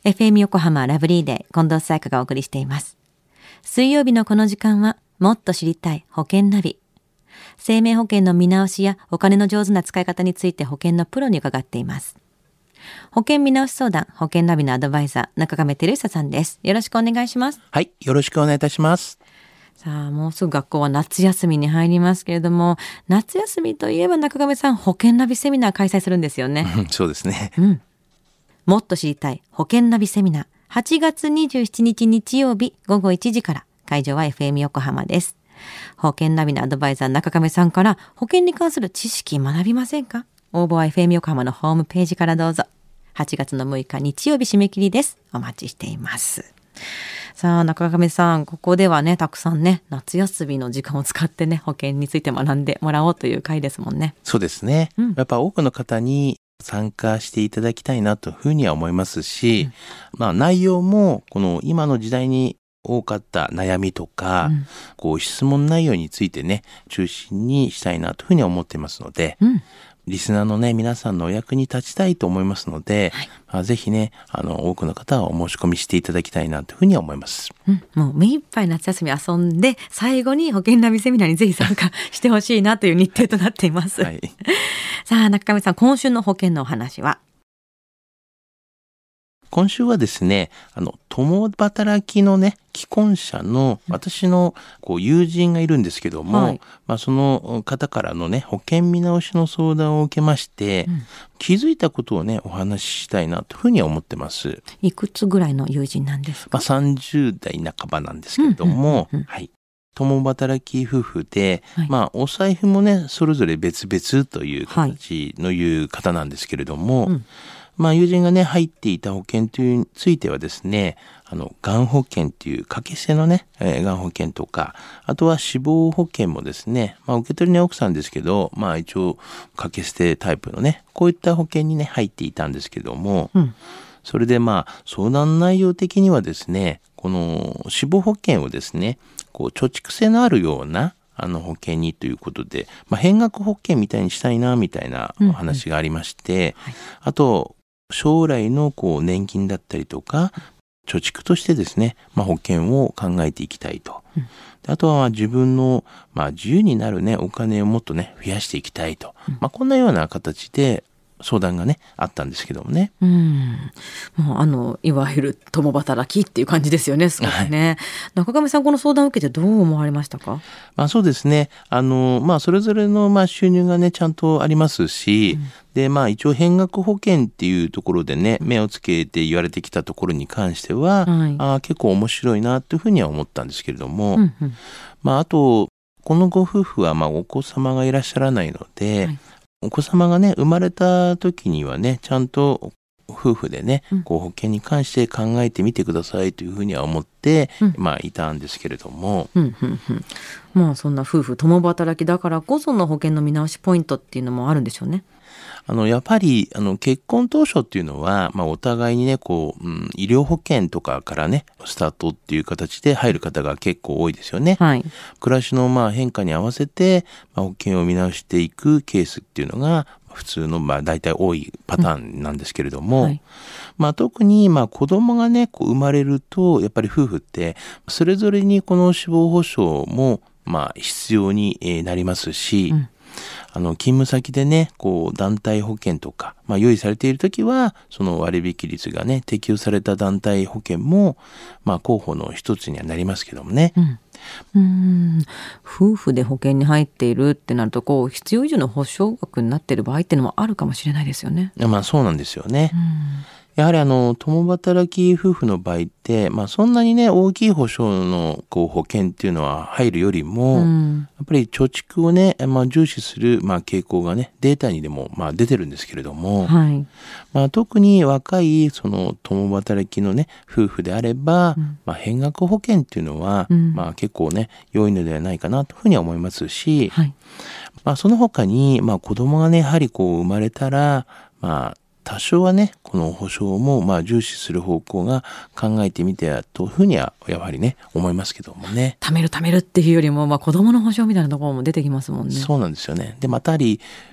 FM 横浜ラブリーデー、近藤紗友香がお送りしています。水曜日のこの時間は、もっと知りたい保険ナビ。生命保険の見直しやお金の上手な使い方について保険のプロに伺っています。保険見直し相談、保険ナビのアドバイザー、中亀照久さんです。よろしくお願いします。 はい、よろしくお願いいたします。 さあ、もうすぐ学校は夏休みに入りますけれども、夏休みといえば中亀さん、保険ナビセミナー開催するんですよね。 そうですね。 もっと知りたい保険ナビセミナー、8月27日日曜日午後1時から、会場は FM 横浜です。保険ナビのアドバイザー中亀さんから保険に関する知識学びませんか？応募は FM 横浜のホームページからどうぞ。8月の6日日曜日締め切りです。お待ちしています。さあ中亀さん、ここではね、たくさんね、夏休みの時間を使ってね、保険について学んでもらおうという回ですもんね。 そうですね。やっぱ多くの方に参加していただきたいなというふうには思いますし、内容もこの今の時代に多かった悩みとか、質問内容についてね、中心にしたいなというふうに思っていますので、リスナーのね、皆さんのお役に立ちたいと思いますので、ぜひね、多くの方はお申し込みしていただきたいなというふうに思います。 もう目いっぱい夏休み遊んで、最後に保険ナビセミナーにぜひ参加してほしいなという日程となっています。さあ中亀さん、今週の保険のお話は？ 今週はですね、共働きのね、既婚者の私の友人がいるんですけども、その方からのね、保険見直しの相談を受けまして、気づいたことをね、お話ししたいなというふうに思ってます。 いくつぐらいの友人なんですか ？30代半ばなんですけれども、共働き夫婦で、お財布もね、それぞれ別々という形のいう方なんですけれども、友人がね、入っていた保険というについてはですね、がん保険っていう掛け捨てのね、がん保険とか、あとは死亡保険もですね、受け取りの奥さんですけど、一応掛け捨てタイプのね、こういった保険にね、入っていたんですけども、それで相談内容的にはですね、この死亡保険をですね、貯蓄性のあるような保険にということで、変額保険みたいにしたいなみたいなお話がありまして、あと将来の年金だったりとか貯蓄としてですね、保険を考えていきたいと。あとは自分の自由になるね、お金をもっとね、増やしていきたいと。こんなような形で相談がね、あったんですけどもね。 もういわゆる共働きっていう感じですよね、少しね。中亀さん、この相談を受けてどう思われましたか？ そうですね。それぞれの収入がね、ちゃんとありますし、で、一応変額保険っていうところでね、目をつけて言われてきたところに関しては、結構面白いなというふうには思ったんですけれども、あと、このご夫婦はお子様がいらっしゃらないので、お子様がね、生まれた時にはね、ちゃんと夫婦でね、保険に関して考えてみてくださいというふうには思って、いたんですけれども。 そんな夫婦共働きだからこその保険の見直しポイントっていうのもあるんでしょうね。 やっぱり結婚当初っていうのは、お互いにね、医療保険とかからね、スタートっていう形で入る方が結構多いですよね。暮らしの変化に合わせて、保険を見直していくケースっていうのが普通の大体多いパターンなんですけれども、特に子供がね、生まれると、やっぱり夫婦ってそれぞれにこの死亡保障も必要になりますし、勤務先でね、団体保険とか、用意されているときは、その割引率がね、適用された団体保険も、候補の一つにはなりますけどもね。 夫婦で保険に入っているってなると、必要以上の保証額になっている場合っていうのもあるかもしれないですよね。 そうなんですよね。やはり共働き夫婦の場合って、そんなにね、大きい保証の保険っていうのは入るよりも、やっぱり貯蓄をね、重視する傾向がね、データにでも出てるんですけれども、特に若いその共働きのね、夫婦であれば、変額保険っていうのは、結構ね、良いのではないかなというふうには思いますし、その他に、子供がね、やはり生まれたら、多少はね、この保証も重視する方向が考えてみてやというふうにはやはりね、思いますけどもね。 貯めるっていうよりも、子供の保証みたいなところも出てきますもんね。 そうなんですよね。で、また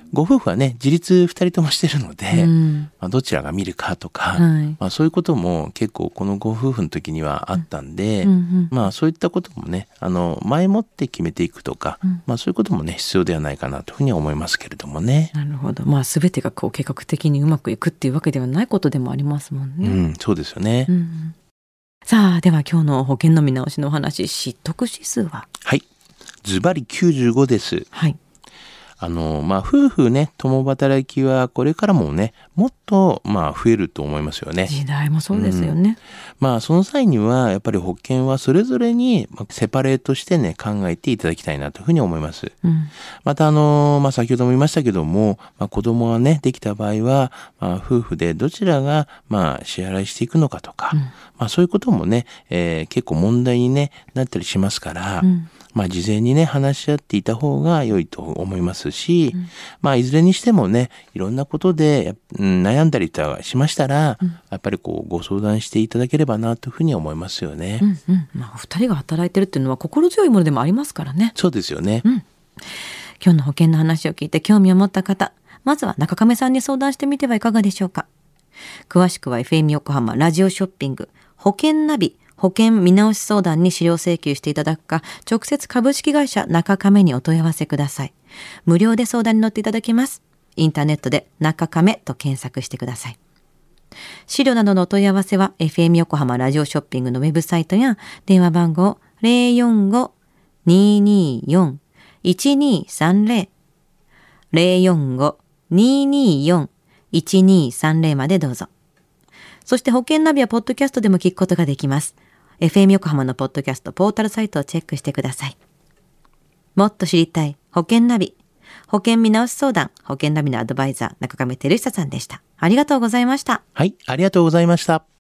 ご夫婦はね自立2人ともしてるので、どちらが見るかとか、そういうことも結構このご夫婦の時にはあったんで、そういったこともね前もって決めていくとか、そういうこともね必要ではないかなというふうには思いますけれどもね。 なるほど。全てがこう計画的にうまくいくっていうわけではないことでもありますもんね。 そうですよね。 さあでは今日の保険の見直しのお話、知得指数は？ はい、ズバリ95です。 はい。 夫婦ね共働きはこれからもねもっと増えると思いますよね。 時代もそうですよね。 その際にはやっぱり保険はそれぞれにセパレートしてね考えていただきたいなというふうに思います。また先ほども言いましたけども、子供がねできた場合は、夫婦でどちらが支払いしていくのかとか、そういうこともね、結構問題に、ね、なったりしますから、事前にね話し合っていた方が良いと思いますし、いずれにしてもねいろんなことで悩んだりとかしましたら、やっぱりご相談していただければなというふうに思いますよね。 二人が働いてるっていうのは心強いものでもありますからね。 そうですよね。 今日の保険の話を聞いて興味を持った方、まずは中亀さんに相談してみてはいかがでしょうか。詳しくは FM 横浜ラジオショッピング保険ナビ保険見直し相談に資料請求していただくか、直接株式会社中亀にお問い合わせください。無料で相談に乗っていただけます。インターネットで中亀と検索してください。資料などのお問い合わせは FM 横浜ラジオショッピングのウェブサイトや電話番号 045-224-1230 045-224-1230 までどうぞ。そして保険ナビはポッドキャストでも聞くことができます。FM 横浜のポッドキャストポータルサイトをチェックしてください。もっと知りたい保険ナビ、保険見直し相談、保険ナビのアドバイザー中亀照久さんでした。ありがとうございました。 はい、ありがとうございました。